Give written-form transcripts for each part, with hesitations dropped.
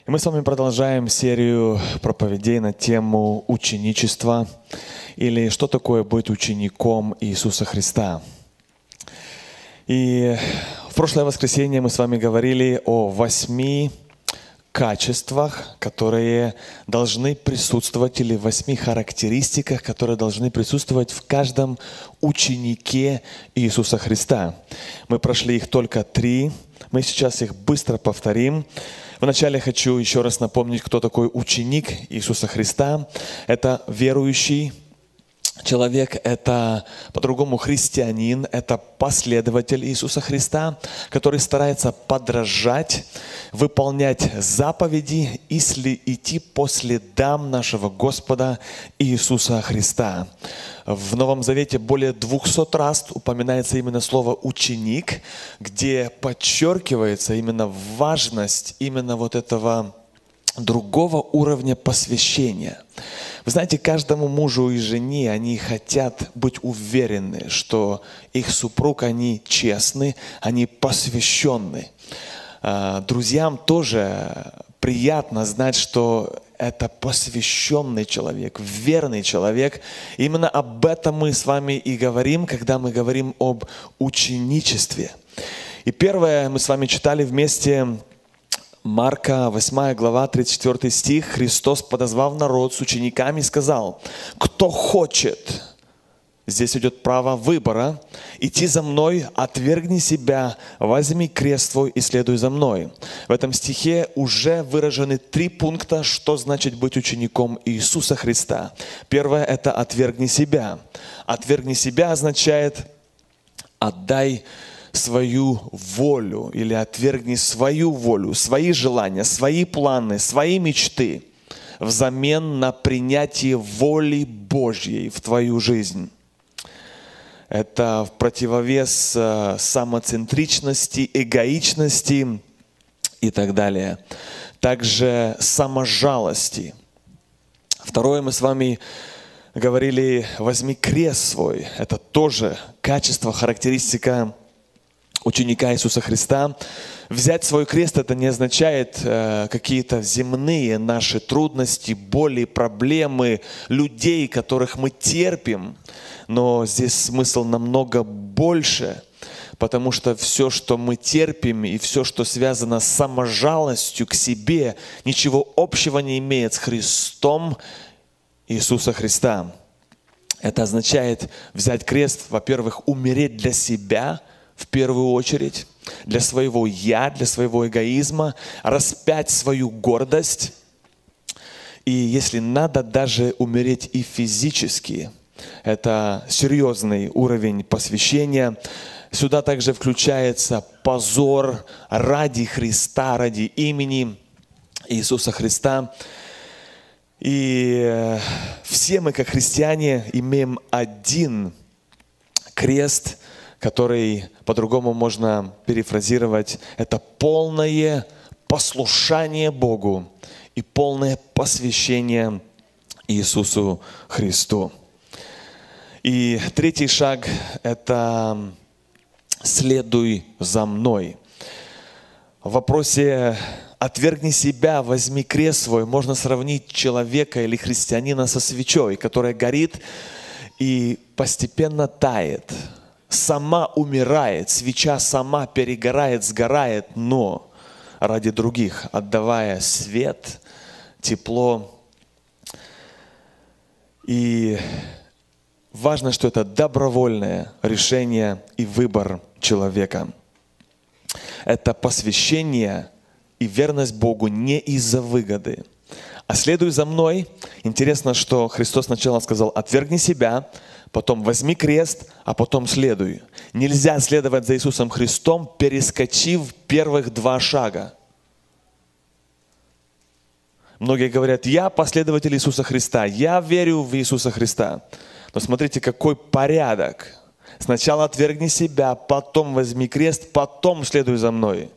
И мы с вами продолжаем серию проповедей на тему ученичества или что такое быть учеником Иисуса Христа. И в прошлое воскресенье мы с вами говорили о 8 качествах, которые должны присутствовать, или 8 характеристиках, которые должны присутствовать в каждом ученике Иисуса Христа. Мы прошли их только 3, мы сейчас их быстро повторим. Вначале хочу еще раз напомнить, кто такой ученик Иисуса Христа. Это верующий человек, это по-другому христианин, это последователь Иисуса Христа, который старается подражать, выполнять заповеди и идти по следам нашего Господа Иисуса Христа. В Новом Завете более 200 раз упоминается именно слово «ученик», где подчеркивается именно важность именно вот этого другого уровня посвящения. Вы знаете, каждому мужу и жене они хотят быть уверены, что их супруг, они честны, они посвященны. Друзьям тоже приятно знать, что это посвященный человек, верный человек. Именно об этом мы с вами и говорим, когда мы говорим об ученичестве. И первое, мы с вами читали вместе Марка, 8 глава, 34 стих. Христос, подозвав народ с учениками, сказал: «Кто хочет», здесь идет право выбора, «идти за мной, отвергни себя, возьми крест твой и следуй за мной». В этом стихе уже выражены 3 пункта, что значит быть учеником Иисуса Христа. Первое – это «отвергни себя». «Отвергни себя» означает «отдай свою волю» или «отвергни свою волю», свои желания, свои планы, свои мечты взамен на принятие воли Божьей в твою жизнь. Это в противовес самоцентричности, эгоичности и так далее. Также саможалости. Второе, мы с вами говорили «возьми крест свой». Это тоже качество, характеристика ученика Иисуса Христа. Взять свой крест — это не означает какие-то земные наши трудности, боли, проблемы, людей, которых мы терпим. Но здесь смысл намного больше, потому что все, что мы терпим, и все, что связано с саможалостью к себе, ничего общего не имеет с Христом Иисуса Христа. Это означает взять крест, во-первых, умереть для себя, в первую очередь, для своего «я», для своего эгоизма, распять свою гордость. И если надо, даже умереть и физически. Это серьезный уровень посвящения. Сюда также включается позор ради Христа, ради имени Иисуса Христа. И все мы, как христиане, имеем один крест, который по-другому можно перефразировать. Это полное послушание Богу и полное посвящение Иисусу Христу. И третий шаг – это «следуй за мной». В вопросе «отвергни себя, возьми крест свой» можно сравнить человека или христианина со свечой, которая горит и постепенно тает. Сама умирает, свеча сама перегорает, сгорает, но ради других, отдавая свет, тепло. И важно, что это добровольное решение и выбор человека. Это посвящение и верность Богу не из-за выгоды. А следуй за мной. Интересно, что Христос сначала сказал: «Отвергни себя», потом «возьми крест», а потом «следуй». Нельзя следовать за Иисусом Христом, перескочив первых 2 шага. Многие говорят: «Я последователь Иисуса Христа, я верю в Иисуса Христа». Но смотрите, какой порядок. Сначала отвергни себя, потом возьми крест, потом следуй за мной.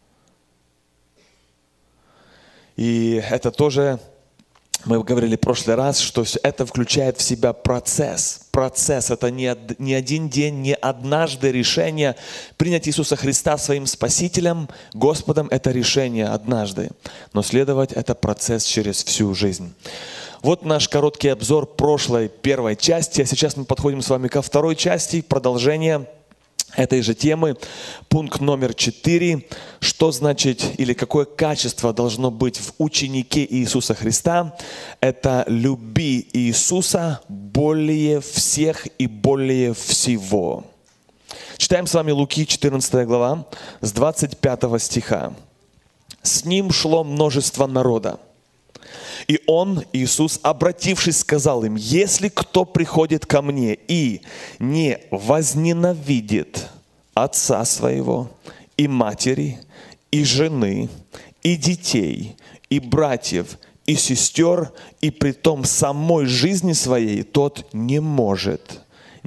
И это тоже, мы говорили в прошлый раз, что это включает в себя процесс. процесс, это не один день, не однажды решение. Принять Иисуса Христа своим Спасителем, Господом, это решение однажды. Но следовать это процесс через всю жизнь. Вот наш короткий обзор прошлой первой части, а сейчас мы подходим с вами ко второй части, продолжение этой же темы. Пункт номер 4. Что значит или какое качество должно быть в ученике Иисуса Христа? Это люби Иисуса более всех и более всего. Читаем с вами Луки 14 глава с 25 стиха. «С ним шло множество народа. И он, Иисус, обратившись, сказал им: если кто приходит ко мне и не возненавидит отца своего, и матери, и жены, и детей, и братьев, и сестер, и притом самой жизни своей, тот не может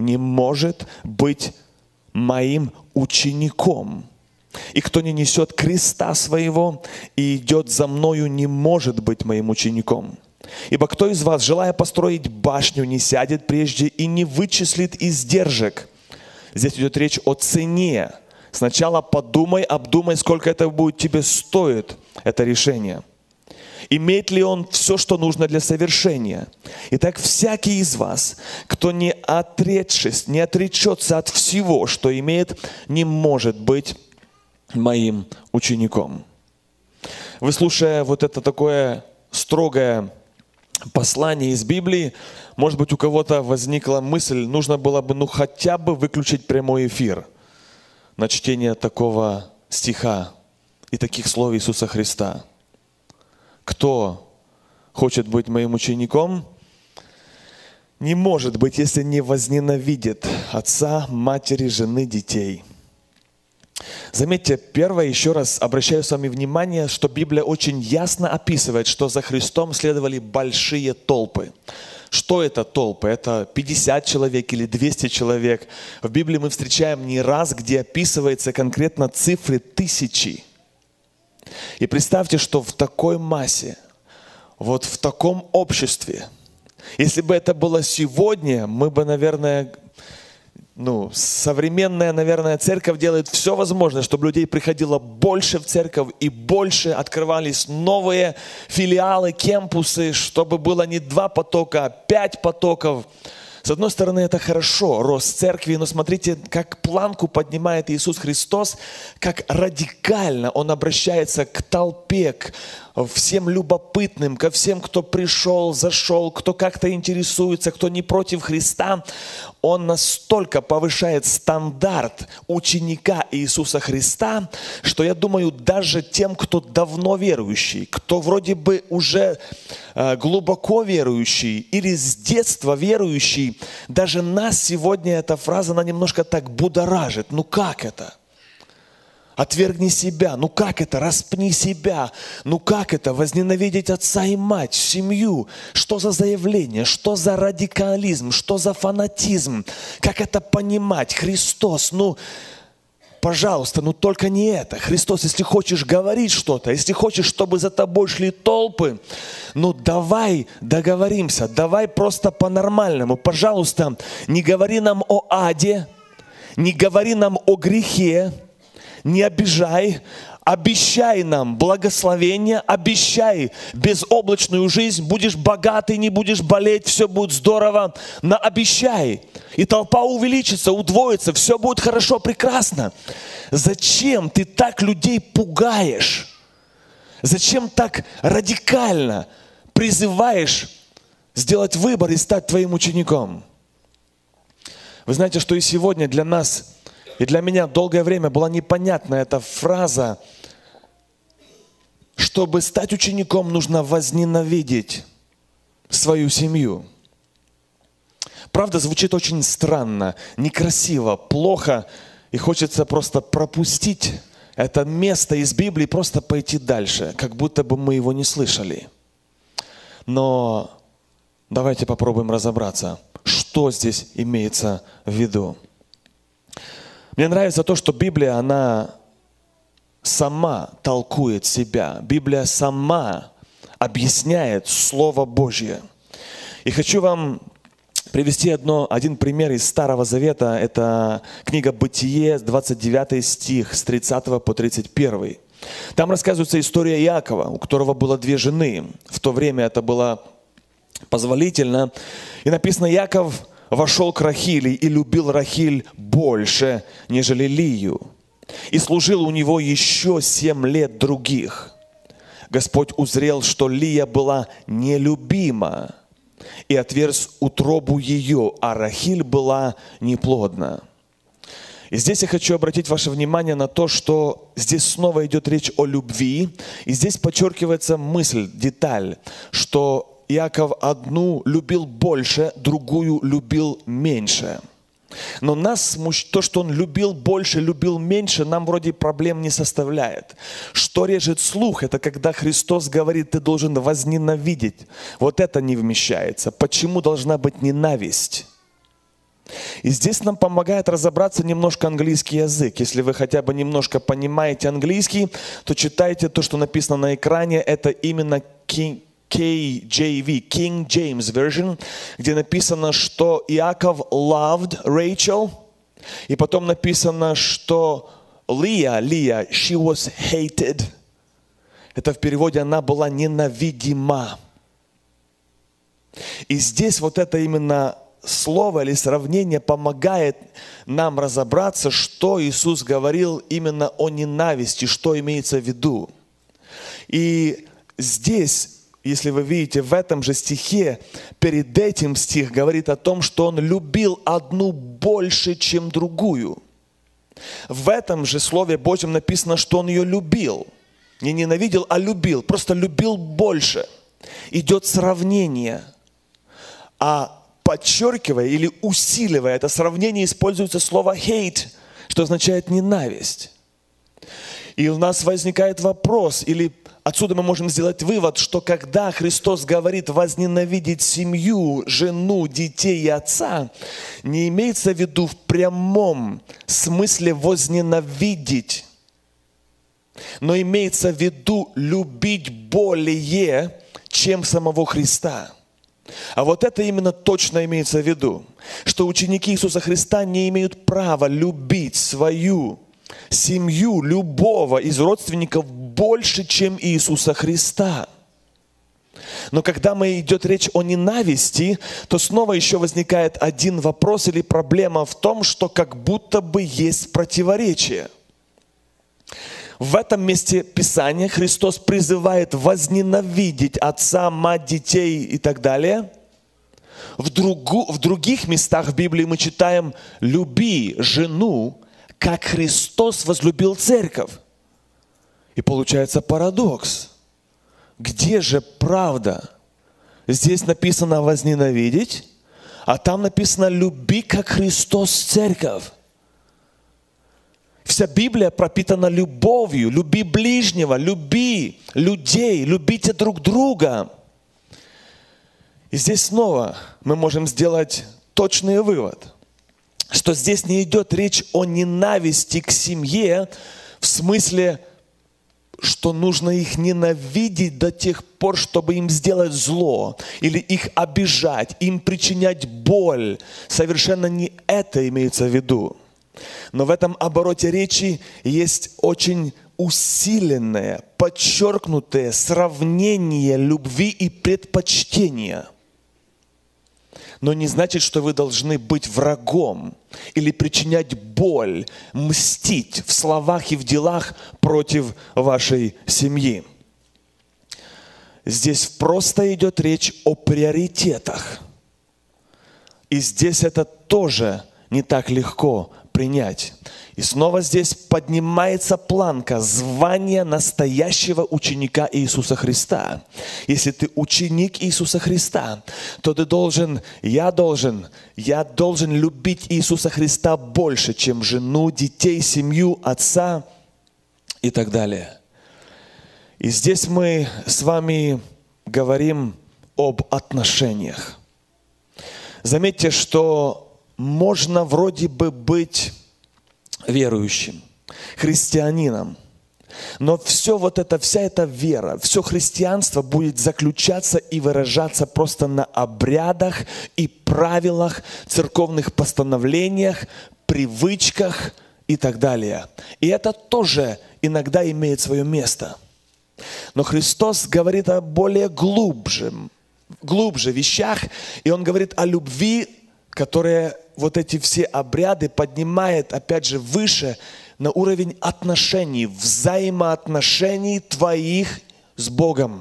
быть моим учеником. И кто не несет креста своего и идет за мною, не может быть моим учеником. Ибо кто из вас, желая построить башню, не сядет прежде и не вычислит издержек?» Здесь идет речь о цене. Сначала подумай, обдумай, сколько это будет тебе стоит, это решение. Имеет ли он все, что нужно для совершения? Итак, всякий из вас, кто не отречется от всего, что имеет, не может быть моим учеником. Выслушая вот это такое строгое послание из Библии, может быть, у кого-то возникла мысль, нужно было бы хотя бы выключить прямой эфир на чтение такого стиха и таких слов Иисуса Христа. Кто хочет быть моим учеником, не может быть, если не возненавидит отца, матери, жены, детей. Заметьте, первое, еще раз обращаю с вами внимание, что Библия очень ясно описывает, что за Христом следовали большие толпы. Что это толпы? Это 50 человек или 200 человек. В Библии мы встречаем не раз, где описывается конкретно цифры тысячи. И представьте, что в такой массе, вот в таком обществе, если бы это было сегодня, мы бы, наверное, современная, наверное, церковь делает все возможное, чтобы людей приходило больше в церковь и больше открывались новые филиалы, кемпусы, чтобы было не 2 потока, а 5 потоков. С одной стороны, это хорошо, рост церкви, но смотрите, как планку поднимает Иисус Христос, как радикально Он обращается к толпе, к всем любопытным, ко всем, кто пришел, зашел, кто как-то интересуется, кто не против Христа. Он настолько повышает стандарт ученика Иисуса Христа, что, я думаю, даже тем, кто давно верующий, кто вроде бы уже глубоко верующий или с детства верующий, даже нас сегодня эта фраза, она немножко так будоражит. Ну как это? Отвергни себя. Ну как это? Распни себя. Ну как это? Возненавидеть отца и мать, семью. Что за заявление? Что за радикализм? Что за фанатизм? Как это понимать? Христос, пожалуйста, только не это. Христос, если хочешь говорить что-то, если хочешь, чтобы за тобой шли толпы, давай договоримся, давай просто по-нормальному. Пожалуйста, не говори нам о аде, не говори нам о грехе, не обижай, обещай нам благословение, обещай безоблачную жизнь, будешь богатый, не будешь болеть, все будет здорово, но обещай. И толпа увеличится, удвоится, все будет хорошо, прекрасно. Зачем ты так людей пугаешь? Зачем так радикально призываешь сделать выбор и стать твоим учеником? Вы знаете, что и сегодня для нас и для меня долгое время была непонятна эта фраза: чтобы стать учеником, нужно возненавидеть свою семью. Правда, звучит очень странно, некрасиво, плохо, и хочется просто пропустить это место из Библии и просто пойти дальше, как будто бы мы его не слышали. Но давайте попробуем разобраться, что здесь имеется в виду. Мне нравится то, что Библия, она сама толкует себя. Библия сама объясняет Слово Божье. И хочу вам привести один пример из Старого Завета. Это книга Бытие, 29 стих, с 30 по 31. Там рассказывается история Иакова, у которого было две жены. В то время это было позволительно. И написано, Иаков вошел к Рахиле и любил Рахиль больше, нежели Лию. И служил у него еще 7 лет других. Господь узрел, что Лия была нелюбима, и отверз утробу ее, а Рахиль была неплодна. И здесь я хочу обратить ваше внимание на то, что здесь снова идет речь о любви, и здесь подчеркивается мысль, деталь, что Иаков одну любил больше, другую любил меньше. Но нас, то, что он любил больше, любил меньше, нам вроде проблем не составляет. Что режет слух, это когда Христос говорит, ты должен возненавидеть. Вот это не вмещается. Почему должна быть ненависть? И здесь нам помогает разобраться немножко английский язык. Если вы хотя бы немножко понимаете английский, то читайте то, что написано на экране. Это именно KJV, King James Version, где написано, что Иаков loved Rachel, и потом написано, что Лия, she was hated. Это в переводе она была ненавидима. И здесь вот это именно слово или сравнение помогает нам разобраться, что Иисус говорил именно о ненависти, что имеется в виду. И здесь, если вы видите, в этом же стихе, перед этим стих говорит о том, что он любил одну больше, чем другую. В этом же Слове Божьем написано, что он ее любил. Не ненавидел, а любил. Просто любил больше. Идет сравнение. А подчеркивая или усиливая это сравнение, используется слово hate, что означает ненависть. И у нас возникает вопрос, или отсюда мы можем сделать вывод, что когда Христос говорит возненавидеть семью, жену, детей и отца, не имеется в виду в прямом смысле возненавидеть, но имеется в виду любить более, чем самого Христа. А вот это именно точно имеется в виду, что ученики Иисуса Христа не имеют права любить свою семью, любого из родственников больше, чем Иисуса Христа. Но когда идет речь о ненависти, то снова еще возникает один вопрос или проблема в том, что как будто бы есть противоречие. В этом месте Писания Христос призывает возненавидеть отца, мать, детей и так далее. В других местах в Библии мы читаем «люби жену, как Христос возлюбил церковь». И получается парадокс. Где же правда? Здесь написано «возненавидеть», а там написано «люби, как Христос церковь». Вся Библия пропитана любовью. Люби ближнего, люби людей, любите друг друга. И здесь снова мы можем сделать точный вывод, что здесь не идет речь о ненависти к семье в смысле, что нужно их ненавидеть до тех пор, чтобы им сделать зло, или их обижать, им причинять боль. Совершенно не это имеется в виду. Но в этом обороте речи есть очень усиленное, подчеркнутое сравнение любви и предпочтения. Но не значит, что вы должны быть врагом или причинять боль, мстить в словах и в делах против вашей семьи. Здесь просто идет речь о приоритетах. И здесь это тоже не так легко принять. И снова здесь поднимается планка звания настоящего ученика Иисуса Христа. Если ты ученик Иисуса Христа, то я должен любить Иисуса Христа больше, чем жену, детей, семью, отца и так далее. И здесь мы с вами говорим об отношениях. Заметьте, что можно вроде бы быть верующим, христианином, Но все вот это, вся эта вера, все христианство будет заключаться и выражаться просто на обрядах и правилах, церковных постановлениях, привычках и так далее. И это тоже иногда имеет свое место. Но Христос говорит о более глубже вещах, и Он говорит о любви, которая вот эти все обряды поднимает, опять же, выше, на уровень отношений, взаимоотношений твоих с Богом.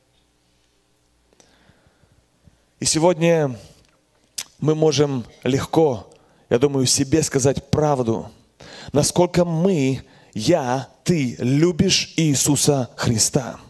И сегодня мы можем легко, я думаю, себе сказать правду, насколько ты любишь Иисуса Христа.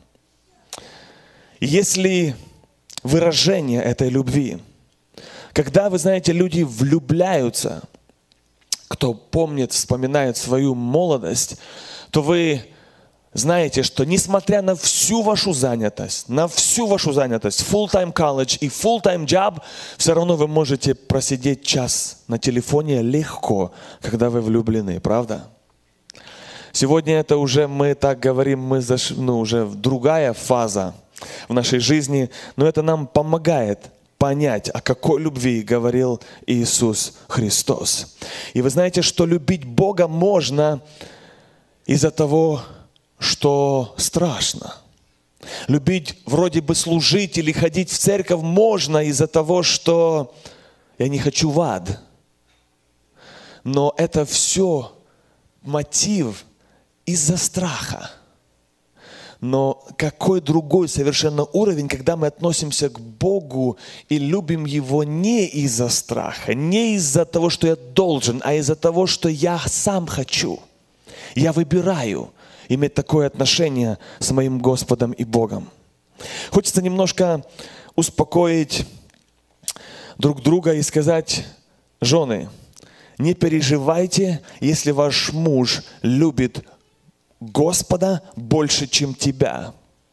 Если выражение этой любви, когда, вы знаете, люди влюбляются, кто помнит, вспоминает свою молодость, то вы знаете, что несмотря на всю вашу занятость, full-time college и full-time job, все равно вы можете просидеть час на телефоне легко, когда вы влюблены, правда? Сегодня это уже, мы так говорим, мы зашли, уже другая фаза в нашей жизни, но это нам помогает понять, о какой любви говорил Иисус Христос. И вы знаете, что любить Бога можно из-за того, что страшно. Любить, вроде бы служить или ходить в церковь можно из-за того, что я не хочу в ад. Но это все мотив из-за страха. Но какой другой совершенно уровень, когда мы относимся к Богу и любим Его не из-за страха, не из-за того, что я должен, а из-за того, что я сам хочу. Я выбираю иметь такое отношение с моим Господом и Богом. Хочется немножко успокоить друг друга и сказать: жены, не переживайте, если ваш муж любит Господа больше, чем тебя.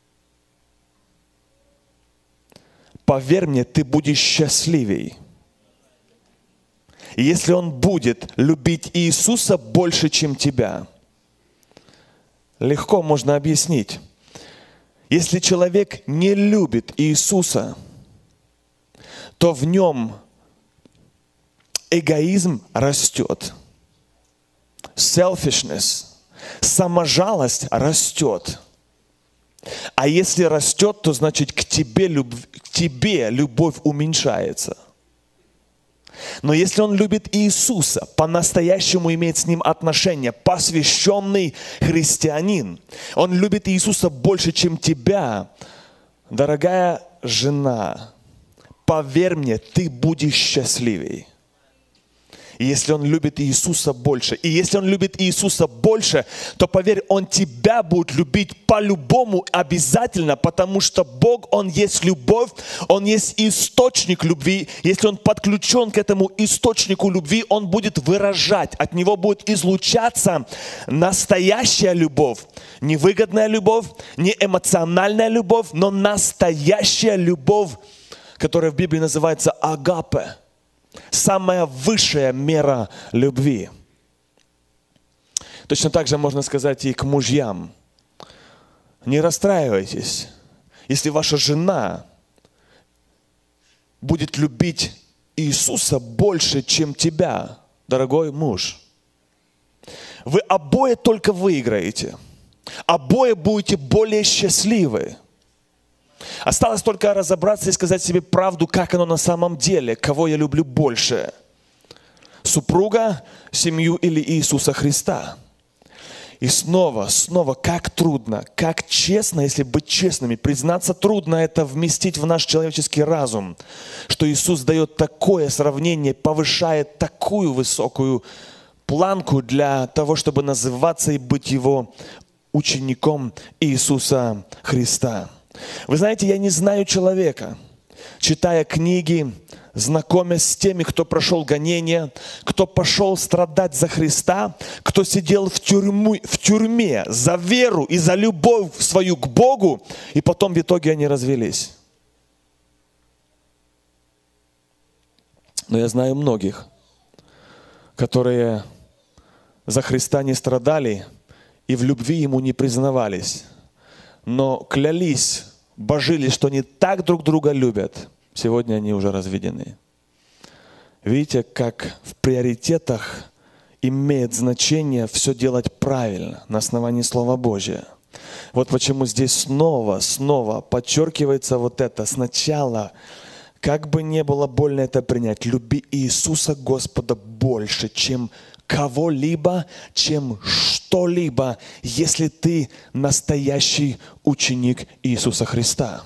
Поверь мне, ты будешь счастливей. И если он будет любить Иисуса больше, чем тебя, легко можно объяснить. Если человек не любит Иисуса, то в нем эгоизм растет. Selfishness. Саможалость растет. А если растет, то значит к тебе любовь уменьшается. Но если он любит Иисуса, по-настоящему имеет с Ним отношения, посвященный христианин, он любит Иисуса больше, чем тебя, дорогая жена, поверь мне, ты будешь счастливей. И если он любит Иисуса больше, то поверь, он тебя будет любить по-любому обязательно, потому что Бог, Он есть любовь, Он есть источник любви. Если Он подключен к этому источнику любви, Он будет выражать, от Него будет излучаться настоящая любовь. Не выгодная любовь, не эмоциональная любовь, но настоящая любовь, которая в Библии называется агапе. Самая высшая мера любви. Точно так же можно сказать и к мужьям. Не расстраивайтесь, если ваша жена будет любить Иисуса больше, чем тебя, дорогой муж. Вы обои только выиграете. Обои будете более счастливы. Осталось только разобраться и сказать себе правду, как оно на самом деле, кого я люблю больше. Супруга, семью или Иисуса Христа. И снова, как трудно, как честно, если быть честными, признаться трудно это вместить в наш человеческий разум, что Иисус дает такое сравнение, повышает такую высокую планку для того, чтобы называться и быть Его учеником Иисуса Христа. Вы знаете, я не знаю человека, читая книги, знакомясь с теми, кто прошел гонения, кто пошел страдать за Христа, кто сидел в тюрьме за веру и за любовь свою к Богу, и потом в итоге они развелись. Но я знаю многих, которые за Христа не страдали и в любви Ему не признавались, но клялись, божились, что они так друг друга любят, сегодня они уже разведены. Видите, как в приоритетах имеет значение все делать правильно, на основании Слова Божия. Вот почему здесь снова подчеркивается вот это. Сначала, как бы не было больно это принять, люби Иисуса Господа больше, чем кого-либо, чем что-либо, если ты настоящий ученик Иисуса Христа.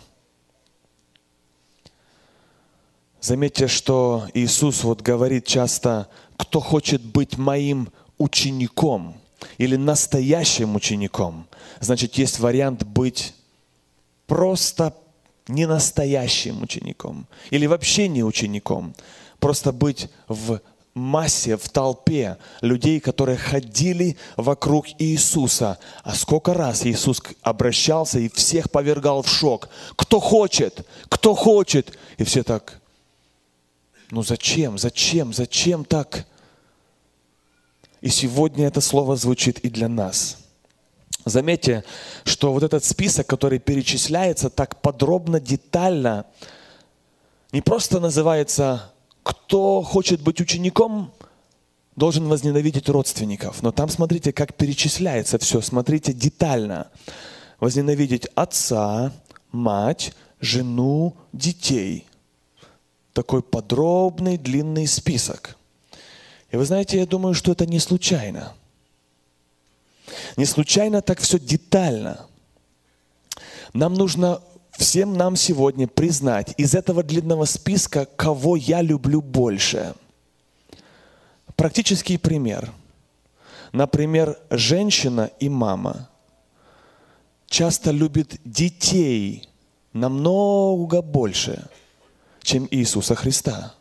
Заметьте, что Иисус вот говорит часто: кто хочет быть моим учеником или настоящим учеником, значит, есть вариант быть просто не настоящим учеником или вообще не учеником, просто быть в массе, в толпе людей, которые ходили вокруг Иисуса. А сколько раз Иисус обращался и всех повергал в шок. Кто хочет? Кто хочет? И все так: ну зачем так? И сегодня это слово звучит и для нас. Заметьте, что вот этот список, который перечисляется так подробно, детально, не просто называется «Кто хочет быть учеником, должен возненавидеть родственников». Но там смотрите, как перечисляется все. Смотрите детально. Возненавидеть отца, мать, жену, детей. Такой подробный, длинный список. И вы знаете, я думаю, что это не случайно. Не случайно так все детально. Нам нужно, всем нам сегодня признать из этого длинного списка, кого я люблю больше. Практический пример. Например, женщина и мама часто любят детей намного больше, чем Иисуса Христа.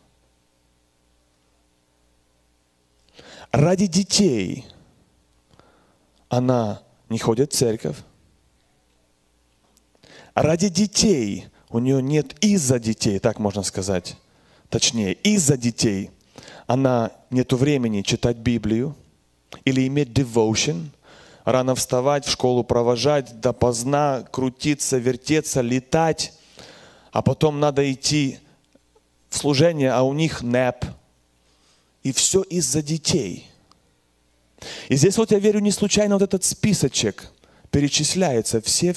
Ради детей она не ходит в церковь. Ради детей у нее нет из-за детей, так можно сказать. Точнее, из-за детей она нету времени читать Библию или иметь devotion, рано вставать, в школу провожать, допоздна крутиться, вертеться, летать, а потом надо идти в служение, а у них nap. И все из-за детей. И здесь вот я верю, не случайно вот этот списочек перечисляется. Все.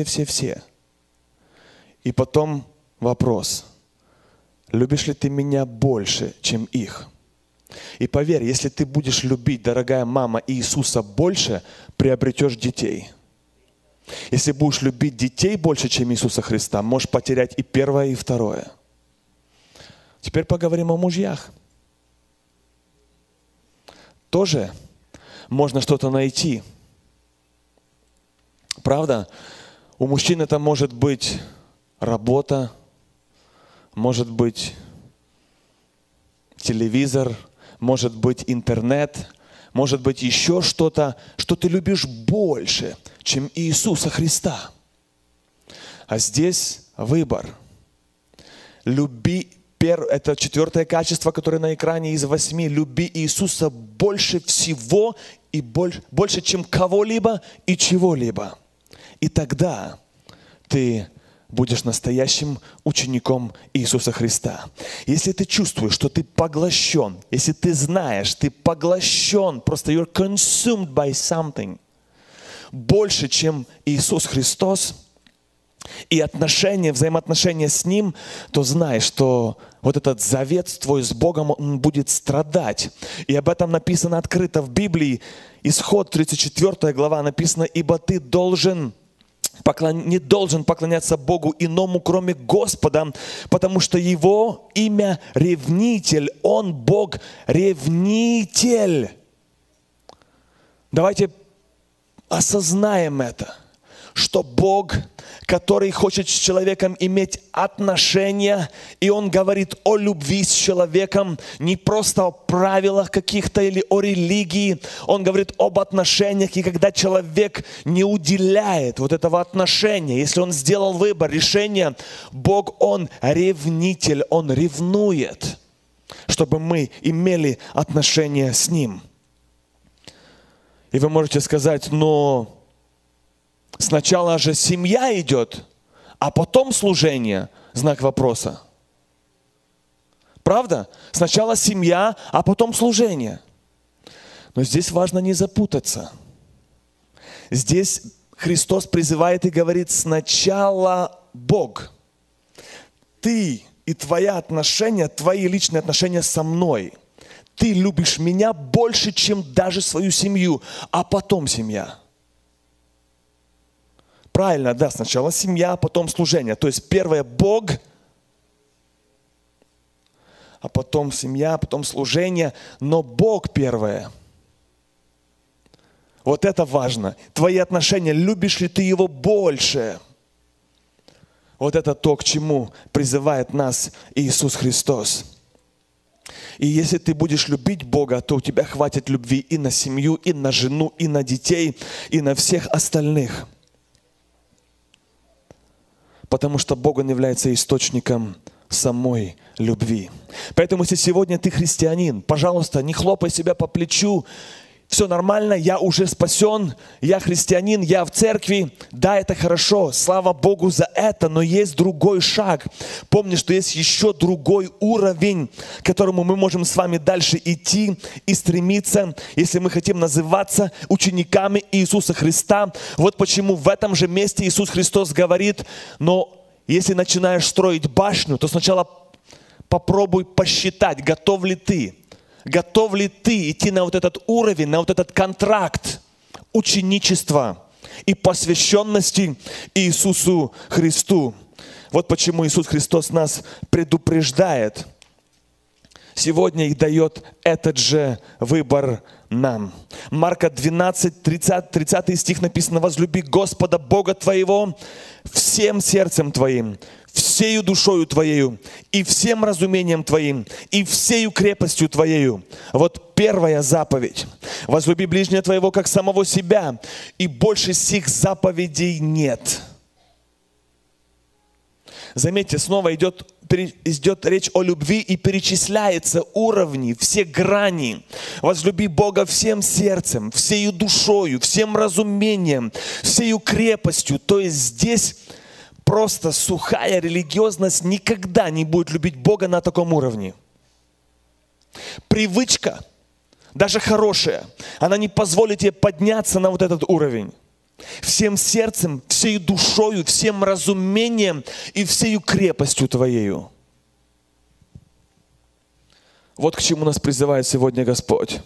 И потом вопрос: любишь ли ты меня больше, чем их? И поверь, если ты будешь любить, дорогая мама, Иисуса больше, приобретешь детей. Если будешь любить детей больше, чем Иисуса Христа, можешь потерять и первое, и второе. Теперь поговорим о мужьях. Тоже можно что-то найти. Правда? У мужчин это может быть работа, может быть телевизор, может быть интернет, может быть еще что-то, что ты любишь больше, чем Иисуса Христа. А здесь выбор. Люби. Это 4-е качество, которое на экране из 8. Люби Иисуса больше всего и больше, чем кого-либо и чего-либо. И тогда ты будешь настоящим учеником Иисуса Христа. Если ты чувствуешь, что ты поглощен, если ты знаешь, ты поглощен, просто you're consumed by something, больше, чем Иисус Христос, и взаимоотношения с Ним, то знай, что вот этот завет твой с Богом, он будет страдать. И об этом написано открыто в Библии. Исход 34 глава написано: «Ибо ты не должен поклоняться Богу иному, кроме Господа, потому что Его имя ревнитель, Он Бог ревнитель». Давайте осознаем это, что Бог, который хочет с человеком иметь отношения, и Он говорит о любви с человеком, не просто о правилах каких-то или о религии, Он говорит об отношениях, и когда человек не уделяет вот этого отношения, если он сделал выбор, решение, Бог, Он ревнитель, Он ревнует, чтобы мы имели отношения с Ним. И вы можете сказать, но сначала же семья идет, а потом служение, знак вопроса. Правда? Сначала семья, а потом служение. Но здесь важно не запутаться. Здесь Христос призывает и говорит, сначала Бог. Ты и твои отношения, твои личные отношения со мной. Ты любишь меня больше, чем даже свою семью, а потом семья. Правильно, да, сначала семья, а потом служение. То есть первое Бог, а потом семья, а потом служение, но Бог первое. Вот это важно. Твои отношения, любишь ли ты Его больше? Вот это то, к чему призывает нас Иисус Христос. И если ты будешь любить Бога, то у тебя хватит любви и на семью, и на жену, и на детей, и на всех остальных. Потому что Бог, Он является источником самой любви. Поэтому, если сегодня ты христианин, пожалуйста, не хлопай себя по плечу. Все нормально, я уже спасен, я христианин, я в церкви. Да, это хорошо, слава Богу за это, но есть другой шаг. Помни, что есть еще другой уровень, к которому мы можем с вами дальше идти и стремиться, если мы хотим называться учениками Иисуса Христа. Вот почему в этом же месте Иисус Христос говорит, но если начинаешь строить башню, то сначала попробуй посчитать, готов ли ты идти на вот этот уровень, на вот этот контракт ученичества и посвященности Иисусу Христу. Вот почему Иисус Христос нас предупреждает сегодня и дает этот же выбор нам. Марка 12, 30 стих написано: «Возлюби Господа Бога твоего всем сердцем твоим, всею душою твоею, и всем разумением твоим, и всею крепостью твоею». Вот первая заповедь. «Возлюби ближнего твоего, как самого себя, и больше сих заповедей нет». Заметьте, снова идет речь о любви и перечисляются уровни, все грани. Возлюби Бога всем сердцем, всею душою, всем разумением, всею крепостью. То есть здесь просто сухая религиозность никогда не будет любить Бога на таком уровне. Привычка, даже хорошая, она не позволит тебе подняться на вот этот уровень. Всем сердцем, всей душою, всем разумением и всею крепостью твоею. Вот к чему нас призывает сегодня Господь.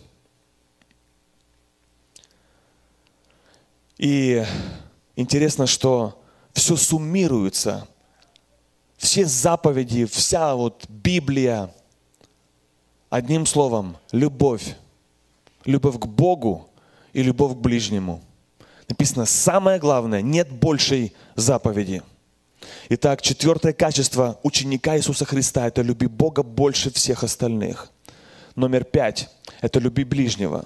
И интересно, что все суммируется, все заповеди, вся вот Библия, одним словом, любовь. Любовь к Богу и любовь к ближнему. Написано, самое главное, нет большей заповеди. Итак, четвертое качество ученика Иисуса Христа – это люби Бога больше всех остальных. Номер 5 – это люби ближнего.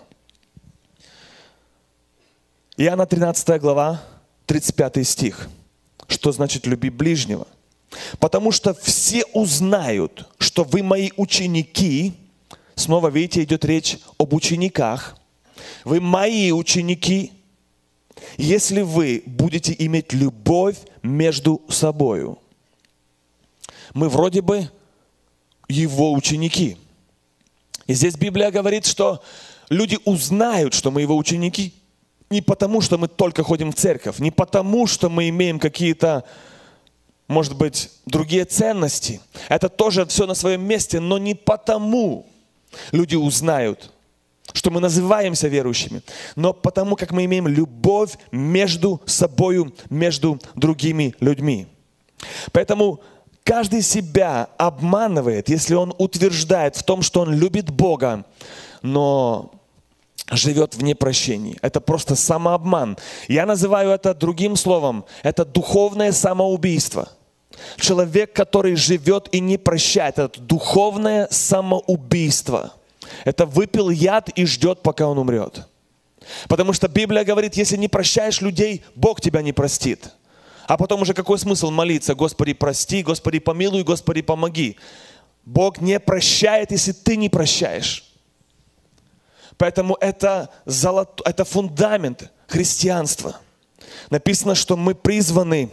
Иоанна 13 глава, 35 стих. Что значит люби ближнего? «Потому что все узнают, что вы мои ученики». Снова, видите, идет речь об учениках. «Вы мои ученики, если вы будете иметь любовь между собою». Мы вроде бы Его ученики. И здесь Библия говорит, что люди узнают, что мы Его ученики, не потому, что мы только ходим в церковь, не потому, что мы имеем какие-то, может быть, другие ценности. Это тоже все на своем месте, но не потому люди узнают, что мы называемся верующими, но потому, как мы имеем любовь между собою, между другими людьми. Поэтому каждый себя обманывает, если он утверждает в том, что он любит Бога, но живет в непрощении. Это просто самообман. Я называю это другим словом. Это духовное самоубийство. Человек, который живет и не прощает, это духовное самоубийство. Это выпил яд и ждет, пока он умрет. Потому что Библия говорит, если не прощаешь людей, Бог тебя не простит. А потом уже какой смысл молиться? Господи, прости, Господи, помилуй, Господи, помоги. Бог не прощает, если ты не прощаешь. Поэтому это фундамент христианства. Написано, что мы призваны,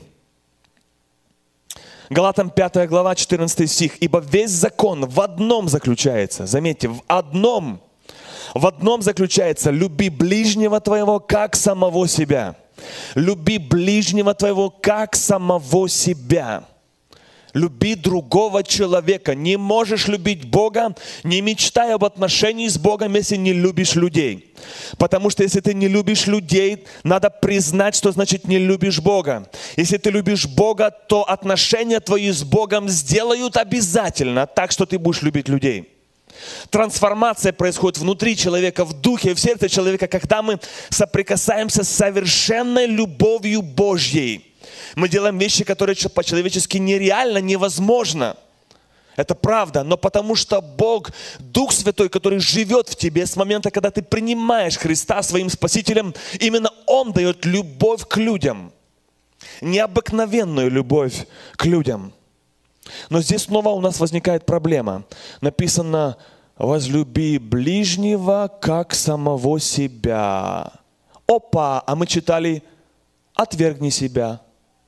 Галатам 5 глава, 14 стих, «Ибо весь закон в одном заключается». Заметьте, в одном заключается: люби ближнего твоего, как самого себя. Люби ближнего твоего, как самого себя. Люби другого человека. Не можешь любить Бога, не мечтай об отношении с Богом, если не любишь людей. Потому что если ты не любишь людей, надо признать, что значит не любишь Бога. Если ты любишь Бога, то отношения твои с Богом сделают обязательно так, что ты будешь любить людей. Трансформация происходит внутри человека, в духе, в сердце человека, когда мы соприкасаемся с совершенной любовью Божьей. Мы делаем вещи, которые по-человечески нереально, невозможно. Это правда, но потому что Бог, Дух Святой, который живет в тебе с момента, когда ты принимаешь Христа своим Спасителем, именно Он дает любовь к людям. Необыкновенную любовь к людям. Но здесь снова у нас возникает проблема. Написано: возлюби ближнего, как самого себя. Опа! А мы читали: отвергни себя.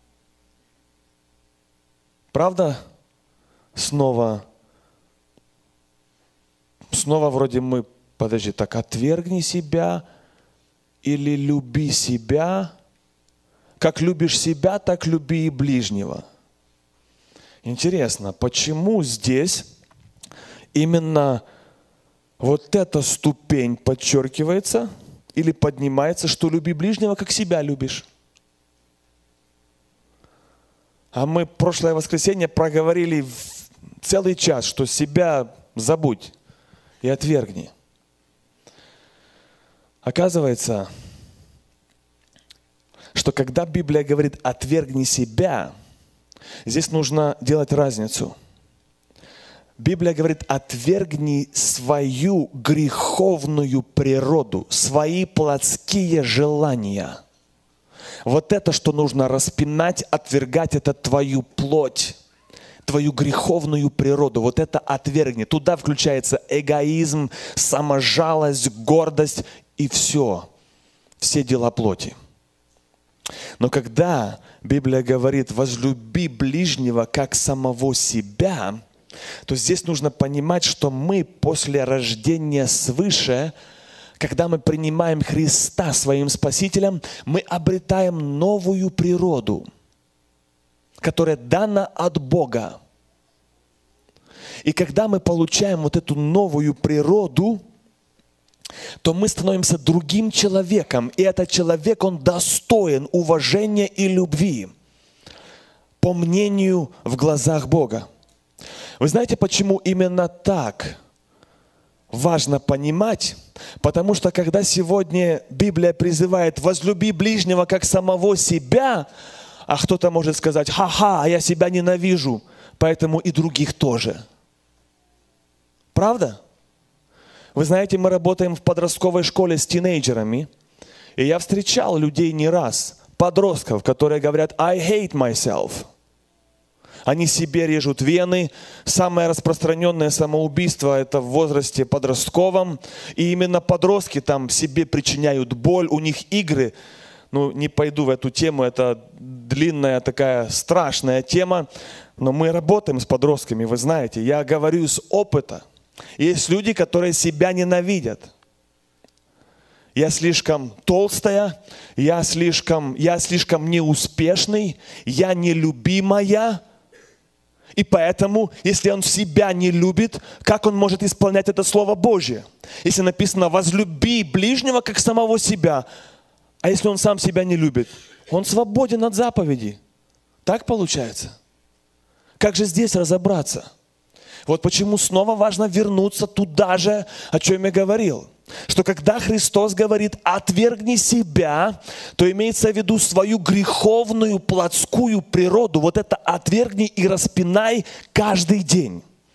Правда? Снова вроде мы, подожди, так отвергни себя или люби себя. Как любишь себя, так люби и ближнего. Интересно, почему здесь именно вот эта ступень подчеркивается или поднимается, что люби ближнего, как себя любишь? А мы прошлое воскресенье проговорили целый час, что себя забудь и отвергни. Оказывается, что когда Библия говорит «отвергни себя», здесь нужно делать разницу. Библия говорит: отвергни свою греховную природу, свои плотские желания. Вот это, что нужно распинать, отвергать, это твою плоть, твою греховную природу. Вот это отвергни. Туда включается эгоизм, саможалость, гордость и все дела плоти. Но когда Библия говорит «возлюби ближнего, как самого себя», то здесь нужно понимать, что мы после рождения свыше, когда мы принимаем Христа своим Спасителем, мы обретаем новую природу, которая дана от Бога. И когда мы получаем вот эту новую природу, то мы становимся другим человеком. И этот человек, он достоин уважения и любви, по мнению в глазах Бога. Вы знаете, почему именно так важно понимать? Потому что когда сегодня Библия призывает «возлюби ближнего, как самого себя», а кто-то может сказать: «Ха-ха, я себя ненавижу, поэтому и других тоже». Правда? Вы знаете, мы работаем в подростковой школе с тинейджерами, и я встречал людей не раз, подростков, которые говорят: «I hate myself». Они себе режут вены. Самое распространенное самоубийство – это в возрасте подростковом. И именно подростки там себе причиняют боль. У них игры, не пойду в эту тему, это длинная такая страшная тема. Но мы работаем с подростками, вы знаете. Я говорю из опыта. Есть люди, которые себя ненавидят. Я слишком толстая, я слишком неуспешный, я нелюбимая. И поэтому, если он себя не любит, как он может исполнять это Слово Божье? Если написано «возлюби ближнего, как самого себя», а если он сам себя не любит, он свободен от заповеди. Так получается? Как же здесь разобраться? Вот почему снова важно вернуться туда же, о чем я говорил. Что когда Христос говорит «отвергни себя», то имеется в виду свою греховную плотскую природу. Вот это отвергни и распинай каждый день.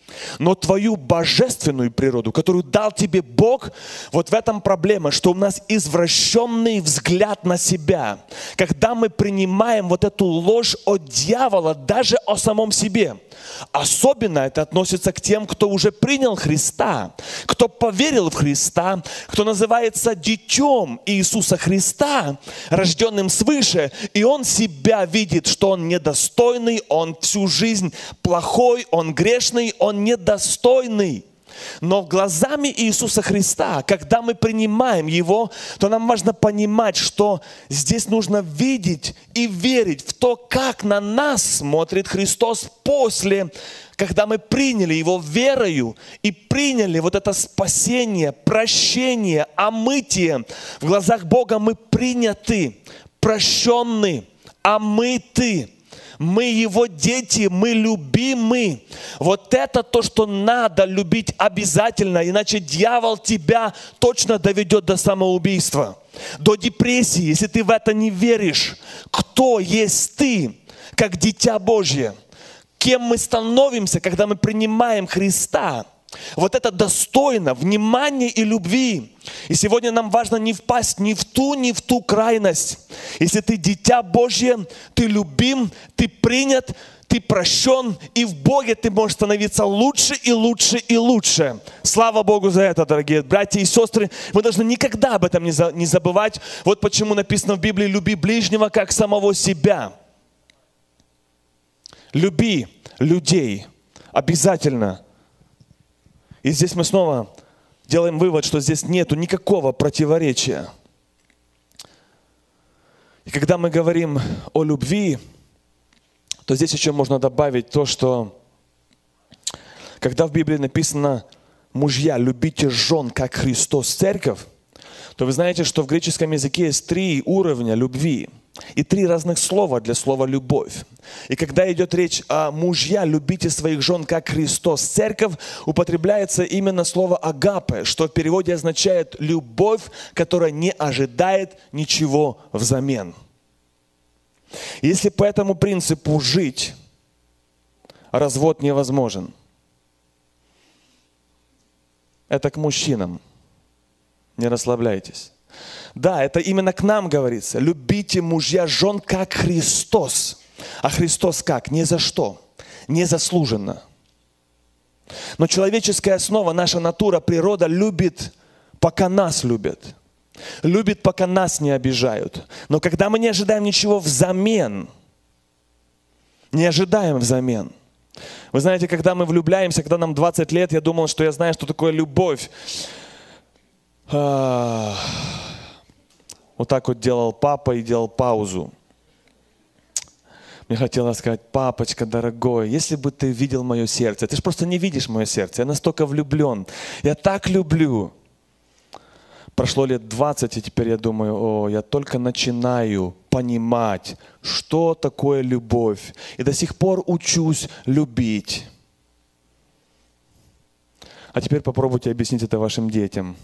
Но твою божественную природу, которую дал тебе Бог, вот в этом проблема, что у нас извращенный взгляд на себя. Когда мы принимаем вот эту ложь от дьявола, даже о самом себе. Особенно это относится к тем, кто уже принял Христа, кто поверил в Христа, кто называется детем Иисуса Христа, рожденным свыше, и он себя видит, что он недостойный, он всю жизнь плохой, он грешный, он недостойный. Но глазами Иисуса Христа, когда мы принимаем Его, то нам важно понимать, что здесь нужно видеть и верить в то, как на нас смотрит Христос после, когда мы приняли Его верою и приняли вот это спасение, прощение, омытие. В глазах Бога мы приняты, прощенны, омыты. Мы Его дети, мы любимы. Вот это то, что надо любить обязательно, иначе дьявол тебя точно доведет до самоубийства, до депрессии, если ты в это не веришь. Кто есть ты, как дитя Божье? Кем мы становимся, когда мы принимаем Христа? Вот это достойно внимания и любви. И сегодня нам важно не впасть ни в ту крайность. Если ты дитя Божье, ты любим, ты принят, ты прощен, и в Боге ты можешь становиться лучше и лучше и лучше. Слава Богу за это, дорогие братья и сестры. Мы должны никогда об этом не забывать. Вот почему написано в Библии: люби ближнего, как самого себя. Люби людей обязательно. И здесь мы снова делаем вывод, что здесь нету никакого противоречия. И когда мы говорим о любви, то здесь еще можно добавить то, что когда в Библии написано: мужья, любите жен, как Христос церковь, то вы знаете, что в греческом языке есть 3 уровня любви. И 3 разных слова для слова «любовь». И когда идет речь о мужья, любите своих жен, как Христос церковь, употребляется именно слово «агапе», что в переводе означает «любовь, которая не ожидает ничего взамен». Если по этому принципу жить, развод невозможен. Это к мужчинам. Не расслабляйтесь. Да, это именно к нам говорится. Любите мужья жен, как Христос. А Христос как? Ни за что. Незаслуженно. Но человеческая основа, наша натура, природа любит, пока нас любят. Любит, пока нас не обижают. Но когда мы не ожидаем ничего взамен, не ожидаем взамен. Вы знаете, когда мы влюбляемся, когда нам 20 лет, я думал, что я знаю, что такое любовь. Вот так вот делал папа и делал паузу. Мне хотелось сказать: папочка дорогой, если бы ты видел мое сердце. Ты же просто не видишь мое сердце. Я настолько влюблен. Я так люблю. Прошло лет 20, и теперь я думаю: я только начинаю понимать, что такое любовь. И до сих пор учусь любить. А теперь попробуйте объяснить это вашим детям.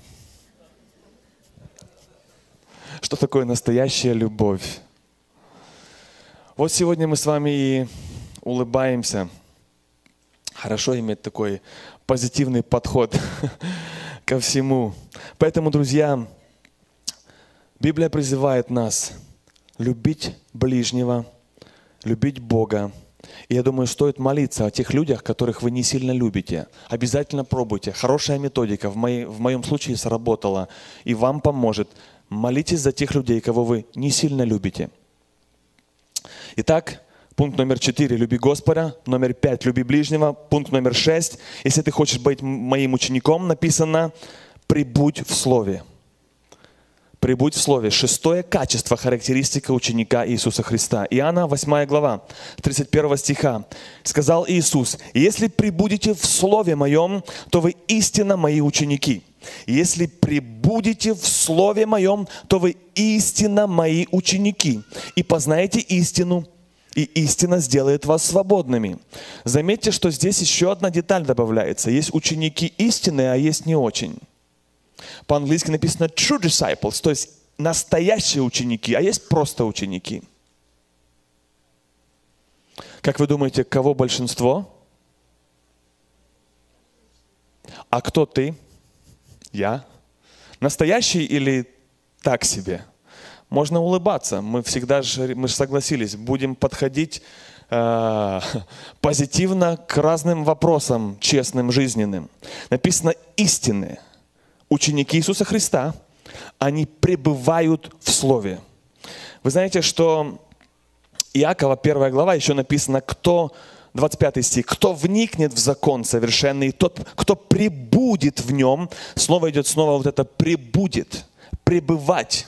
Что такое настоящая любовь? Вот сегодня мы с вами и улыбаемся. Хорошо иметь такой позитивный подход ко всему. Поэтому, друзья, Библия призывает нас любить ближнего, любить Бога. И я думаю, стоит молиться о тех людях, которых вы не сильно любите. Обязательно пробуйте. Хорошая методика в моем случае сработала и вам поможет. Молитесь за тех людей, кого вы не сильно любите. Итак, пункт номер 4 – люби Господа. Номер 5 – люби ближнего. Пункт номер 6 – если ты хочешь быть моим учеником, написано: прибудь в Слове. Прибудь в Слове. 6-е качество, характеристика ученика Иисуса Христа. Иоанна 8 глава, 31 стиха. Сказал Иисус: если прибудете в Слове Моем, то вы истинно Мои ученики. Если пребудете в Слове Моем, то вы истинно Мои ученики, и познаете истину, и истина сделает вас свободными. Заметьте, что здесь еще одна деталь добавляется. Есть ученики истины, а есть не очень. По-английски написано true disciples, то есть настоящие ученики, а есть просто ученики. Как вы думаете, кого большинство? А кто ты? Я? Настоящий или так себе? Можно улыбаться. Мы же согласились, будем подходить позитивно к разным вопросам, честным, жизненным. Написано истинные. Ученики Иисуса Христа, они пребывают в Слове. Вы знаете, что Иакова, 1 глава, еще написано, 25 стих, кто вникнет в закон совершенный, тот, кто пребудет в нем, снова идет вот это пребудет, пребывать.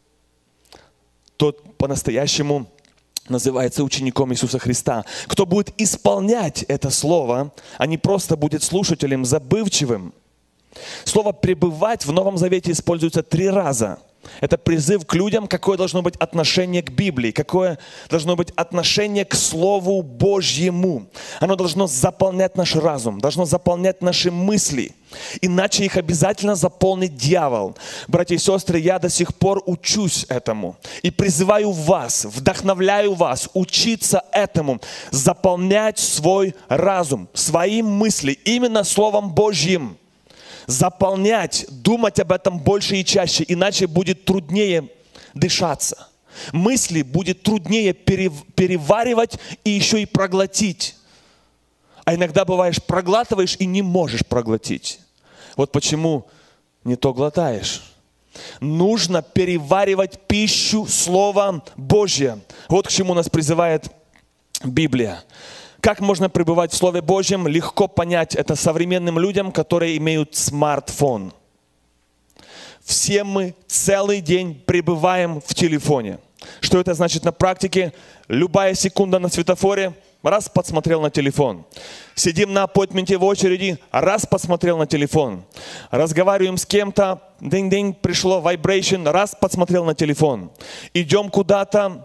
Тот по-настоящему называется учеником Иисуса Христа. Кто будет исполнять это слово, а не просто будет слушателем забывчивым. Слово «пребывать» в Новом Завете используется 3 раза. Это призыв к людям, какое должно быть отношение к Библии, какое должно быть отношение к Слову Божьему. Оно должно заполнять наш разум, должно заполнять наши мысли. Иначе их обязательно заполнит дьявол. Братья и сестры, я до сих пор учусь этому. И призываю вас, вдохновляю вас учиться этому, заполнять свой разум, свои мысли именно Словом Божьим. Заполнять, думать об этом больше и чаще, иначе будет труднее дышаться. Мысли будет труднее переваривать и еще и проглотить. А иногда бываешь, проглатываешь и не можешь проглотить. Вот почему не то глотаешь. Нужно переваривать пищу Слова Божьего. Вот к чему нас призывает Библия. Как можно пребывать в Слове Божьем? Легко понять это современным людям, которые имеют смартфон. Все мы целый день пребываем в телефоне. Что это значит на практике? Любая секунда на светофоре, раз подсмотрел на телефон. Сидим на аппоинтменте в очереди, раз посмотрел на телефон. Разговариваем с кем-то, динь-динь, пришло vibration, раз подсмотрел на телефон. Идем куда-то,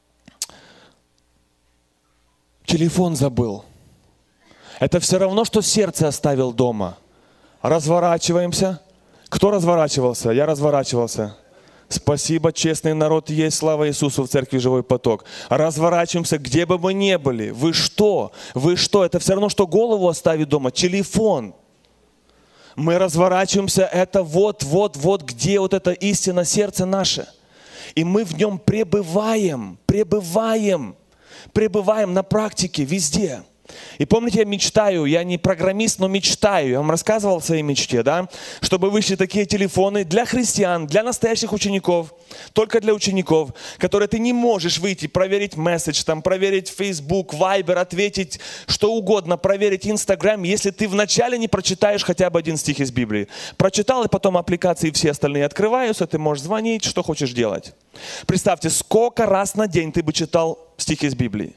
телефон забыл. Это все равно, что сердце оставил дома. Разворачиваемся. Кто разворачивался? Я разворачивался. Спасибо, честный народ есть, слава Иисусу в церкви Живой поток. Разворачиваемся, где бы мы ни были. Вы что? Вы что? Это все равно, что голову оставить дома. Телефон. Мы разворачиваемся, это вот где вот эта истина, сердце наше. И мы в нем пребываем на практике, везде. И помните, я мечтаю, я не программист, но мечтаю. Я вам рассказывал о своей мечте, да? Чтобы вышли такие телефоны для христиан, для настоящих учеников, только для учеников, которые ты не можешь выйти, проверить месседж, там, проверить Facebook, Viber, ответить что угодно, проверить Instagram, если ты вначале не прочитаешь хотя бы 1 стих из Библии. Прочитал, и потом аппликации все остальные открываются, ты можешь звонить, что хочешь делать. Представьте, сколько раз на день ты бы читал стихи из Библии.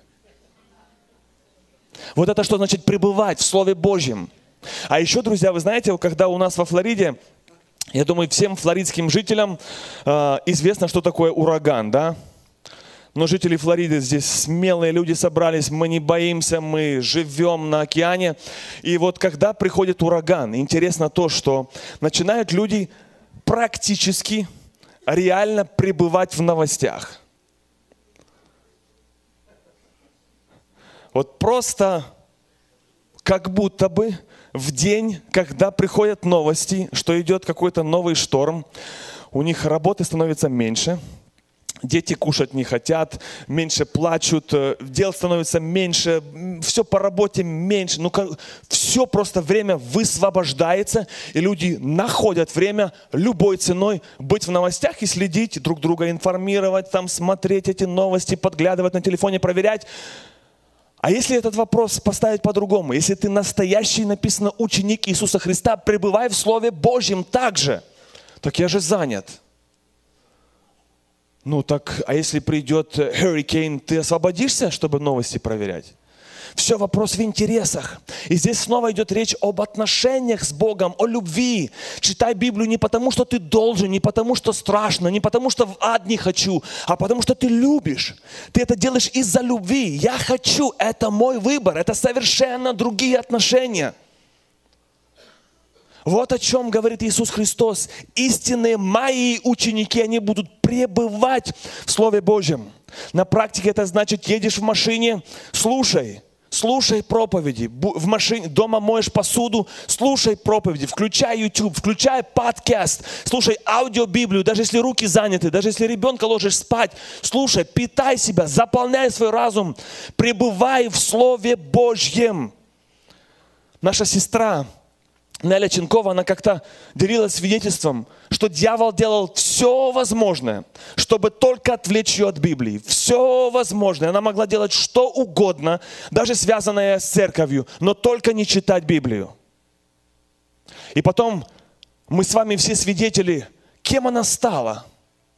Вот это что значит пребывать в Слове Божьем. А еще, друзья, вы знаете, когда у нас во Флориде, я думаю, всем флоридским жителям известно, что такое ураган, да? Но жители Флориды здесь смелые люди собрались, мы не боимся, мы живем на океане. И вот когда приходит ураган, интересно то, что начинают люди практически, реально пребывать в новостях. Вот просто как будто бы в день, когда приходят новости, что идет какой-то новый шторм, у них работы становится меньше, дети кушать не хотят, меньше плачут, дел становится меньше, все по работе меньше, все просто время высвобождается, и люди находят время любой ценой быть в новостях и следить, друг друга информировать, там смотреть эти новости, подглядывать на телефоне, проверять. А если этот вопрос поставить по-другому? Если ты настоящий, написано, ученик Иисуса Христа, пребывай в Слове Божьем также. Так я же занят. А если придет hurricane, ты освободишься, чтобы новости проверять? Все вопрос в интересах. И здесь снова идет речь об отношениях с Богом, о любви. Читай Библию не потому, что ты должен, не потому, что страшно, не потому, что в ад не хочу, а потому, что ты любишь. Ты это делаешь из-за любви. Я хочу, это мой выбор, это совершенно другие отношения. Вот о чем говорит Иисус Христос. Истинные мои ученики, они будут пребывать в Слове Божьем. На практике это значит, едешь в машине, слушай слушай проповеди. В машине, дома моешь посуду, слушай проповеди. Включай YouTube, включай подкаст, слушай аудиобиблию. Даже если руки заняты, даже если ребенка ложишь спать, слушай, питай себя, заполняй свой разум. Пребывай в Слове Божьем. Наша сестра Неля Ченкова, она как-то делилась свидетельством, что дьявол делал все возможное, чтобы только отвлечь ее от Библии. Все возможное. Она могла делать что угодно, даже связанное с церковью, но только не читать Библию. И потом мы с вами все свидетели, кем она стала.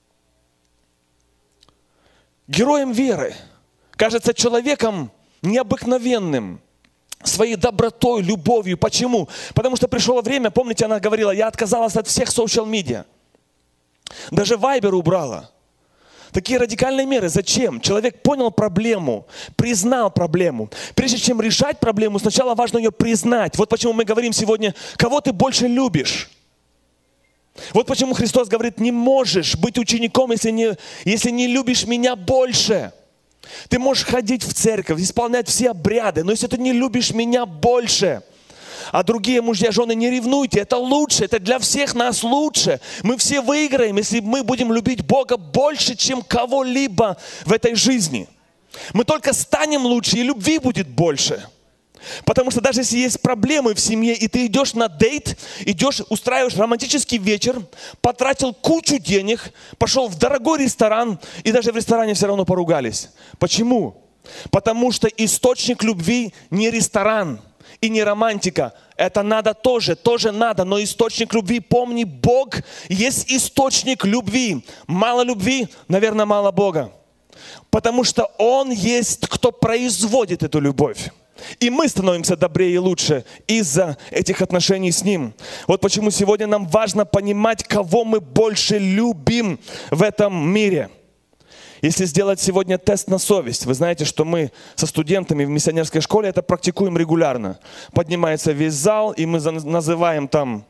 Героем веры. Кажется, человеком необыкновенным. Своей добротой, любовью. Почему? Потому что пришло время, помните, она говорила, я отказалась от всех социал-медиа. Даже Вайбер убрала. Такие радикальные меры. Зачем? Человек понял проблему, признал проблему. Прежде чем решать проблему, сначала важно ее признать. Вот почему мы говорим сегодня, кого ты больше любишь. Вот почему Христос говорит, не можешь быть учеником, если не любишь меня больше. Ты можешь ходить в церковь, исполнять все обряды, но если ты не любишь меня больше, а другие мужья, жены, не ревнуйте, это лучше, это для всех нас лучше. Мы все выиграем, если мы будем любить Бога больше, чем кого-либо в этой жизни. Мы только станем лучше, и любви будет больше. Потому что даже если есть проблемы в семье, и ты идешь на дейт, устраиваешь романтический вечер, потратил кучу денег, пошел в дорогой ресторан, и даже в ресторане все равно поругались. Почему? Потому что источник любви не ресторан и не романтика. Это надо тоже надо, но источник любви, помни, Бог есть источник любви. Мало любви, наверное, мало Бога. Потому что Он есть, кто производит эту любовь. И мы становимся добрее и лучше из-за этих отношений с Ним. Вот почему сегодня нам важно понимать, кого мы больше любим в этом мире. Если сделать сегодня тест на совесть, вы знаете, что мы со студентами в миссионерской школе это практикуем регулярно. Поднимается весь зал, и мы называем там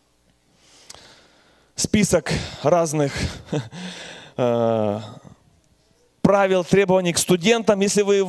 список разных правил, требований к студентам. Если вы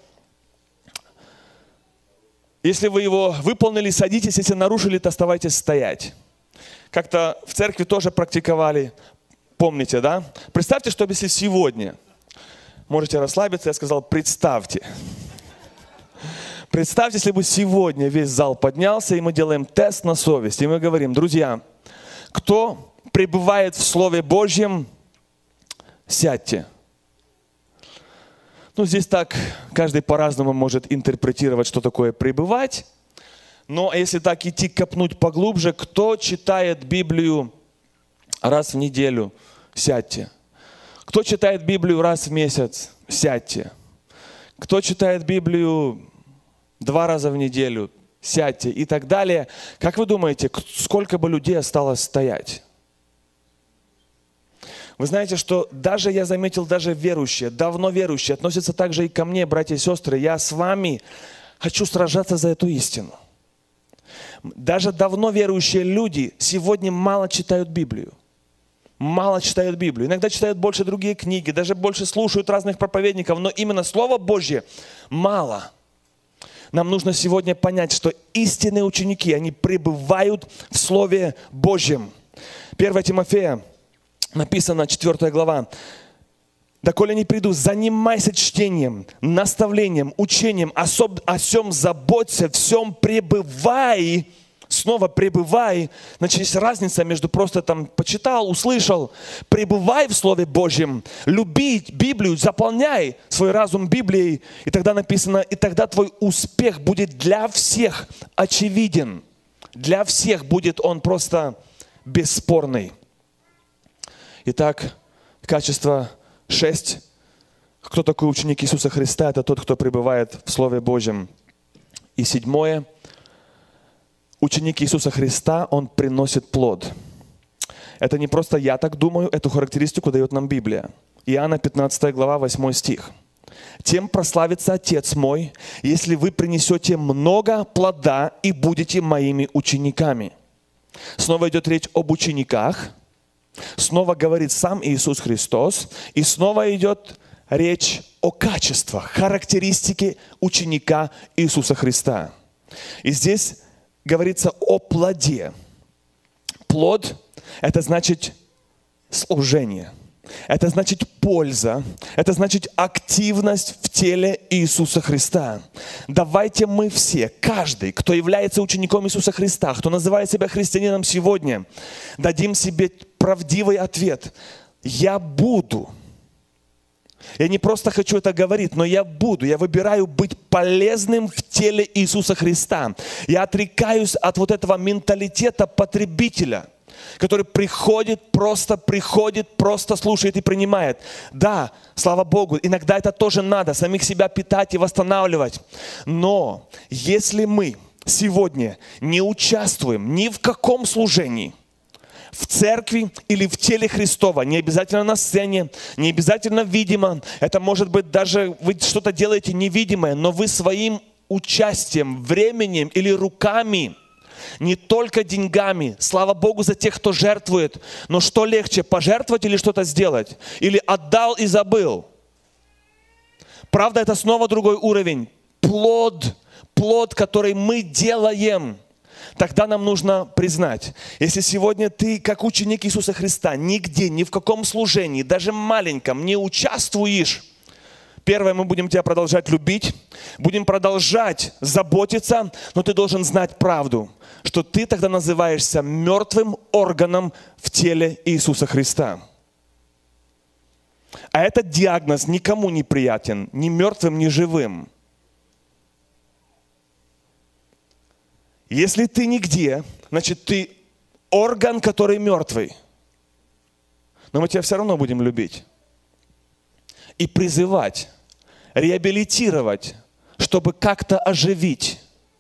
его выполнили, садитесь, если нарушили, то оставайтесь стоять. Как-то в церкви тоже практиковали, помните, да? Представьте, что если сегодня, можете расслабиться, я сказал, представьте. Представьте, если бы сегодня весь зал поднялся, и мы делаем тест на совесть, и мы говорим, друзья, кто пребывает в Слове Божьем, сядьте. Здесь так каждый по-разному может интерпретировать, что такое пребывать. Но если так идти копнуть поглубже, кто читает Библию раз в неделю, сядьте. Кто читает Библию раз в месяц, сядьте. Кто читает Библию 2 раза в неделю, сядьте и так далее. Как вы думаете, сколько бы людей осталось стоять? Вы знаете, что даже, я заметил, даже верующие, давно верующие, относятся также и ко мне, братья и сестры. Я с вами хочу сражаться за эту истину. Даже давно верующие люди сегодня мало читают Библию. Мало читают Библию. Иногда читают больше другие книги, даже больше слушают разных проповедников, но именно Слово Божье мало. Нам нужно сегодня понять, что истинные ученики, они пребывают в Слове Божьем. 1 Тимофея. Написано, 4 глава. «Доколе не приду, занимайся чтением, наставлением, учением, о всем заботься, всем пребывай». Снова пребывай. Значит, есть разница между просто там почитал, услышал. Пребывай в Слове Божьем. Люби Библию, заполняй свой разум Библией. И тогда написано, и тогда твой успех будет для всех очевиден. Для всех будет он просто бесспорный. Итак, качество 6. Кто такой ученик Иисуса Христа? Это тот, кто пребывает в Слове Божьем. И 7. Ученик Иисуса Христа, он приносит плод. Это не просто я так думаю, эту характеристику дает нам Библия. Иоанна 15 глава, 8 стих. «Тем прославится Отец мой, если вы принесете много плода и будете моими учениками». Снова идет речь об учениках. Снова говорит сам Иисус Христос. И снова идет речь о качествах, характеристике ученика Иисуса Христа. И здесь говорится о плоде. Плод – это значит служение. Это значит польза, это значит активность в теле Иисуса Христа. Давайте мы все, каждый, кто является учеником Иисуса Христа, кто называет себя христианином сегодня, дадим себе правдивый ответ. Я буду. Я не просто хочу это говорить, но я буду. Я выбираю быть полезным в теле Иисуса Христа. Я отрекаюсь от вот этого менталитета потребителя, который приходит, просто слушает и принимает. Да, слава Богу, иногда это тоже надо, самих себя питать и восстанавливать. Но если мы сегодня не участвуем ни в каком служении, в церкви или в теле Христова, не обязательно на сцене, не обязательно видимо, это может быть даже вы что-то делаете невидимое, но вы своим участием, временем или руками, не только деньгами, слава Богу за тех, кто жертвует, но что легче, пожертвовать или что-то сделать? Или отдал и забыл? Правда, это снова другой уровень. Плод, который мы делаем. Тогда нам нужно признать, если сегодня ты, как ученик Иисуса Христа, нигде, ни в каком служении, даже маленьком, не участвуешь, первое, мы будем тебя продолжать любить, будем продолжать заботиться, но ты должен знать правду, что ты тогда называешься мертвым органом в теле Иисуса Христа. А этот диагноз никому не приятен, ни мертвым, ни живым. Если ты нигде, значит, ты орган, который мертвый. Но мы тебя все равно будем любить. И призывать, реабилитировать, чтобы как-то оживить.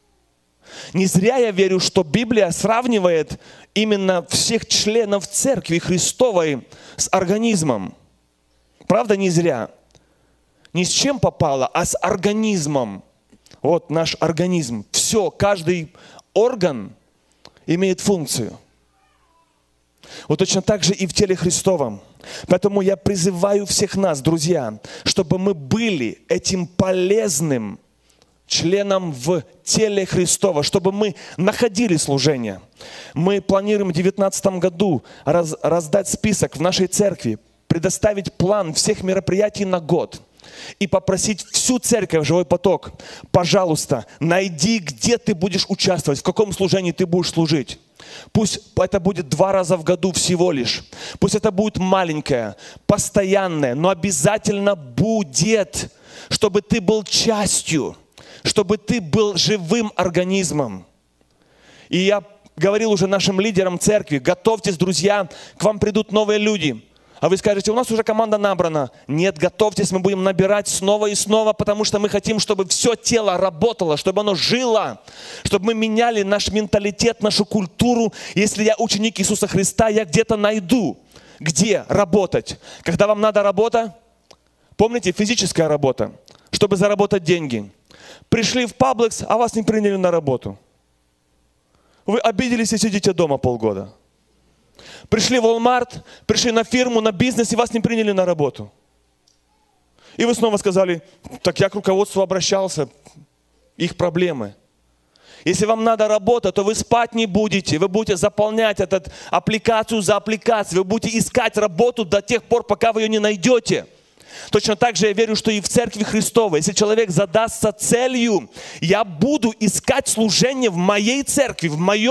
Не зря я верю, что Библия сравнивает именно всех членов Церкви Христовой с организмом. Правда, не зря. Не с чем попало, а с организмом. Вот наш организм. Все, каждый орган имеет функцию. Вот точно так же и в теле Христовом. Поэтому я призываю всех нас, друзья, чтобы мы были этим полезным членом в теле Христова, чтобы мы находили служение. Мы планируем в 2019 году раздать список в нашей церкви, предоставить план всех мероприятий на год и попросить всю церковь «Живой поток», пожалуйста, найди, где ты будешь участвовать, в каком служении ты будешь служить. Пусть это будет 2 раза в году всего лишь. Пусть это будет маленькое, постоянное, но обязательно будет, чтобы ты был частью, чтобы ты был живым организмом. И я говорил уже нашим лидерам церкви, готовьтесь, друзья, к вам придут новые люди. А вы скажете, у нас уже команда набрана. Нет, готовьтесь, мы будем набирать снова и снова, потому что мы хотим, чтобы все тело работало, чтобы оно жило, чтобы мы меняли наш менталитет, нашу культуру. Если я ученик Иисуса Христа, я где-то найду, где работать. Когда вам надо работа, помните, физическая работа, чтобы заработать деньги. Пришли в Publix, а вас не приняли на работу. Вы обиделись и сидите дома полгода. Пришли в Walmart, пришли на фирму, на бизнес, и вас не приняли на работу. И вы снова сказали, так я к руководству обращался, их проблемы. Если вам надо работа, то вы спать не будете, вы будете заполнять эту аппликацию за аппликацией, вы будете искать работу до тех пор, пока вы ее не найдете. Точно так же я верю, что и в Церкви Христовой, если человек задастся целью, я буду искать служение в моей церкви,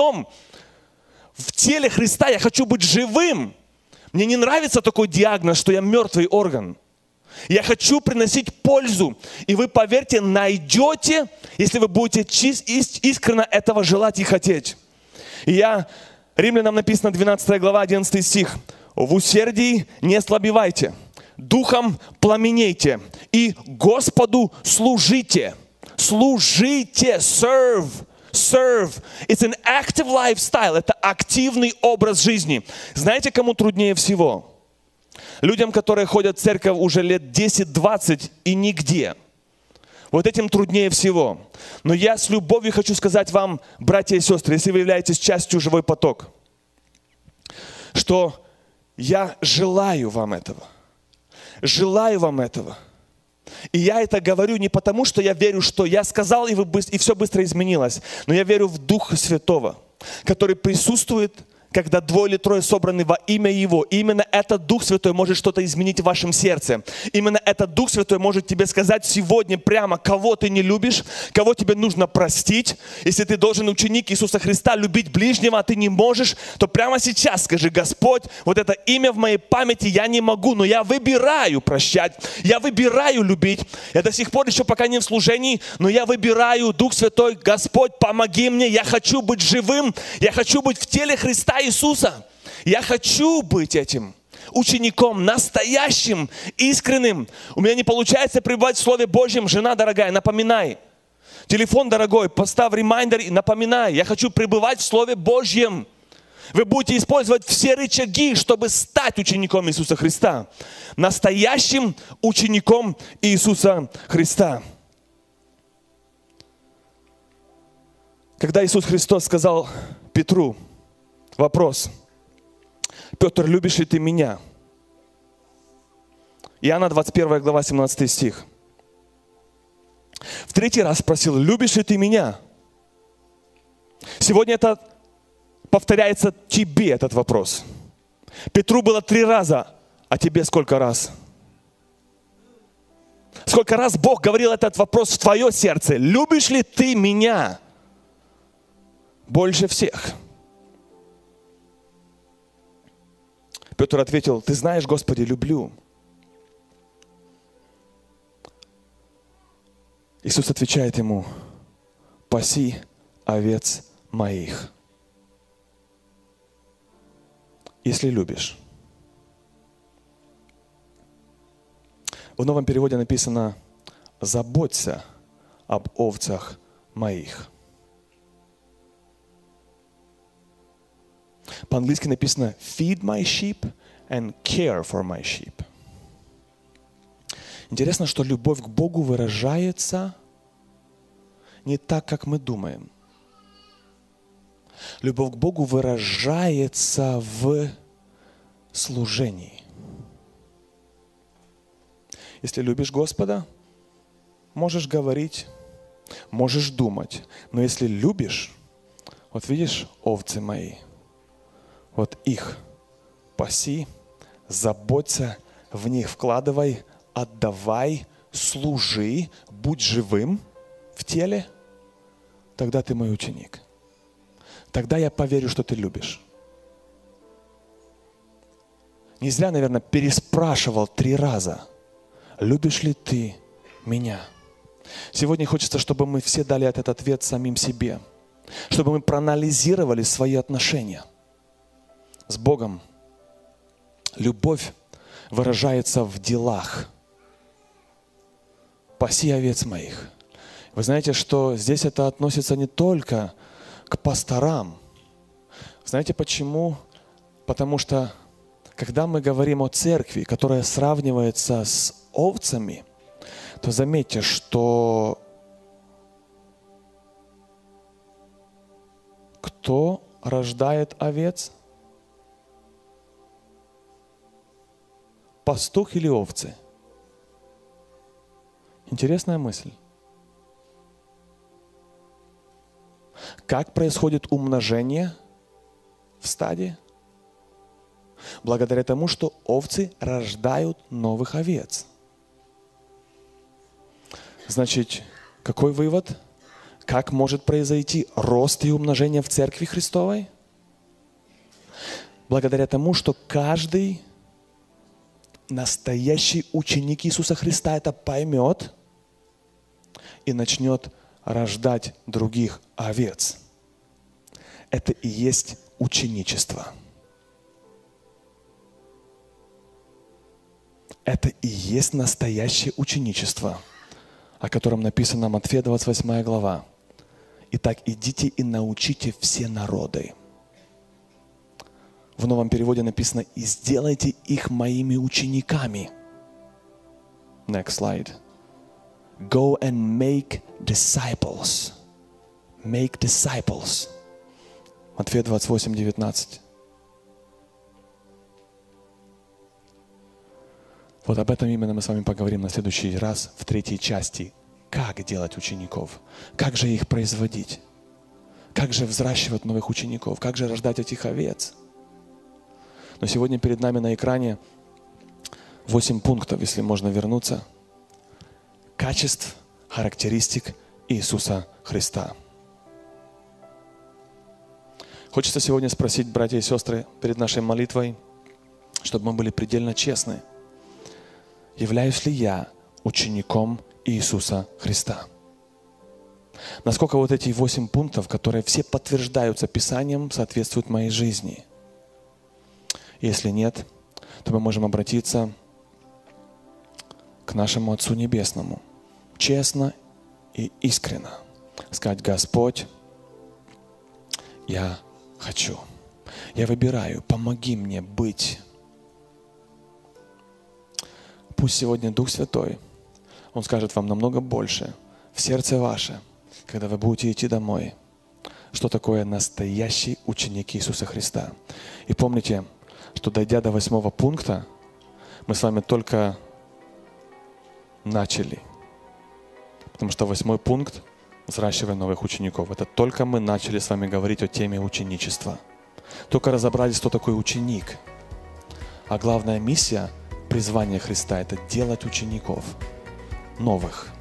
в теле Христа, я хочу быть живым. Мне не нравится такой диагноз, что я мертвый орган. Я хочу приносить пользу. И вы, поверьте, найдете, если вы будете искренне этого желать и хотеть. И Римлянам написано 12 глава, 11 стих. В усердии не ослабевайте, духом пламенейте и Господу служите. Служите, serve. It's an active lifestyle. Это активный образ жизни. Знаете, кому труднее всего? Людям, которые ходят в церковь уже лет 10-20 и нигде. Вот этим труднее всего. Но я с любовью хочу сказать вам, братья и сестры, если вы являетесь частью «Живой поток», что я желаю вам этого. Желаю вам этого. И я это говорю не потому, что я верю, что я сказал, и все быстро изменилось. Но я верю в Духа Святого, который присутствует, когда 2 или 3 собраны во имя Его. И именно этот Дух Святой может что-то изменить в вашем сердце. Именно этот Дух Святой может тебе сказать сегодня прямо, кого ты не любишь, кого тебе нужно простить. Если ты должен, ученик Иисуса Христа, любить ближнего, а ты не можешь, то прямо сейчас скажи: Господь, вот это имя в моей памяти я не могу, но я выбираю прощать, я выбираю любить. Я до сих пор еще пока не в служении, но я выбираю, Дух Святой, Господь, помоги мне, я хочу быть живым, я хочу быть в теле Христа Иисуса. Я хочу быть этим учеником, настоящим, искренним. У меня не получается пребывать в Слове Божьем. Жена дорогая, напоминай. Телефон дорогой, поставь ремайдер и напоминай. Я хочу пребывать в Слове Божьем. Вы будете использовать все рычаги, чтобы стать учеником Иисуса Христа. Настоящим учеником Иисуса Христа. Когда Иисус Христос сказал Петру, вопрос: Петр, любишь ли ты меня? Иоанна 21 глава, 17 стих. В 3-й раз спросил: любишь ли ты меня? Сегодня это повторяется тебе, этот вопрос. Петру было 3 раза, а тебе сколько раз? Сколько раз Бог говорил этот вопрос в твое сердце? Любишь ли ты меня? Больше всех. Петр ответил: ты знаешь, Господи, люблю. Иисус отвечает ему: паси овец моих. Если любишь. В новом переводе написано: заботься об овцах моих. По-английски написано feed my sheep and care for my sheep. Интересно, что любовь к Богу выражается не так, как мы думаем. Любовь к Богу выражается в служении. Если любишь Господа, можешь говорить, можешь думать. Но если любишь, вот видишь, овцы мои, вот их паси, заботься, в них вкладывай, отдавай, служи, будь живым в теле, тогда ты мой ученик. Тогда я поверю, что ты любишь. Не зря, наверное, переспрашивал 3 раза: любишь ли ты меня? Сегодня хочется, чтобы мы все дали этот ответ самим себе, чтобы мы проанализировали свои отношения с Богом. Любовь выражается в делах. Паси овец моих. Вы знаете, что здесь это относится не только к пасторам. Знаете почему? Потому что, когда мы говорим о церкви, которая сравнивается с овцами, то заметьте, что кто рождает овец? Пастух или овцы? Интересная мысль. Как происходит умножение в стаде? Благодаря тому, что овцы рождают новых овец. Значит, какой вывод? Как может произойти рост и умножение в Церкви Христовой? Благодаря тому, что каждый настоящий ученик Иисуса Христа это поймет и начнет рождать других овец. Это и есть ученичество. Это и есть настоящее ученичество, о котором написано Матфея 28 глава. Итак, идите и научите все народы. В новом переводе написано: и сделайте их моими учениками. Next slide. Go and make disciples. Make disciples. Матфея 28, 19. Вот об этом именно мы с вами поговорим на следующий раз в 3 части. Как делать учеников? Как же их производить? Как же взращивать новых учеников? Как же рождать этих овец? Но сегодня перед нами на экране 8 пунктов, если можно вернуться, качеств, характеристик Иисуса Христа. Хочется сегодня спросить, братья и сестры, перед нашей молитвой, чтобы мы были предельно честны. Являюсь ли я учеником Иисуса Христа? Насколько вот эти 8 пунктов, которые все подтверждаются Писанием, соответствуют моей жизни? Если нет, то мы можем обратиться к нашему Отцу Небесному, честно и искренно сказать: Господь, я хочу, я выбираю, помоги мне быть. Пусть сегодня Дух Святой, Он скажет вам намного больше в сердце ваше, когда вы будете идти домой, что такое настоящий ученик Иисуса Христа. И помните, что дойдя до 8 пункта, мы с вами только начали. Потому что 8 пункт «Взращивай новых учеников» — это только мы начали с вами говорить о теме ученичества. Только разобрались, кто такой ученик. А главная миссия, призвание Христа — это делать учеников новых.